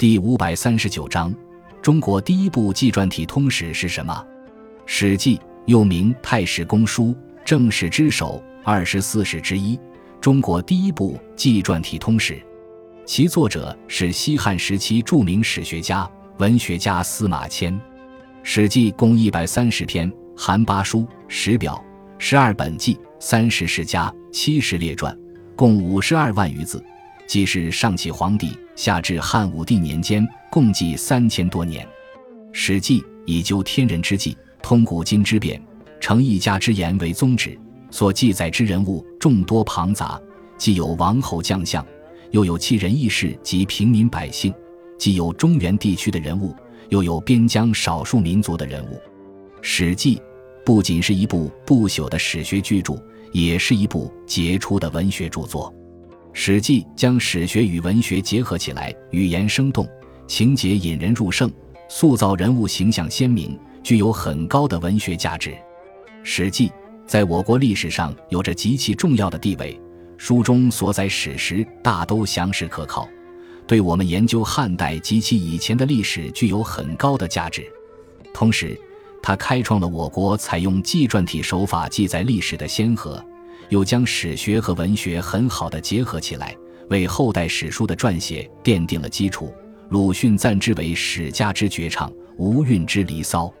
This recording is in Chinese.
第539章，中国第一部纪传体通史是什么？《史记》又名《太史公书》，正史之首，24史之一，中国第一部纪传体通史。其作者是西汉时期著名史学家、文学家司马迁。《史记》共130篇，含8书、10表、12本纪、30世家、70列传，共52万余字。记是上启皇帝下至汉武帝年间，共计3000多年。《史记》以究天人之际，通古今之变，成一家之言为宗旨，所记载之人物众多庞杂，既有王侯将相，又有弃人义士及平民百姓，既有中原地区的人物，又有边疆少数民族的人物。《史记》不仅是一部不朽的史学巨著，也是一部杰出的文学著作。《史记》将史学与文学结合起来，语言生动，情节引人入胜，塑造人物形象鲜明，具有很高的文学价值。《史记》在我国历史上有着极其重要的地位，书中所载史实大都详实可靠，对我们研究汉代及其以前的历史具有很高的价值。同时，它开创了我国采用纪传体手法记载历史的先河，又将史学和文学很好地结合起来，为后代史书的撰写奠定了基础。鲁迅赞之为史家之绝唱，无韵之离骚。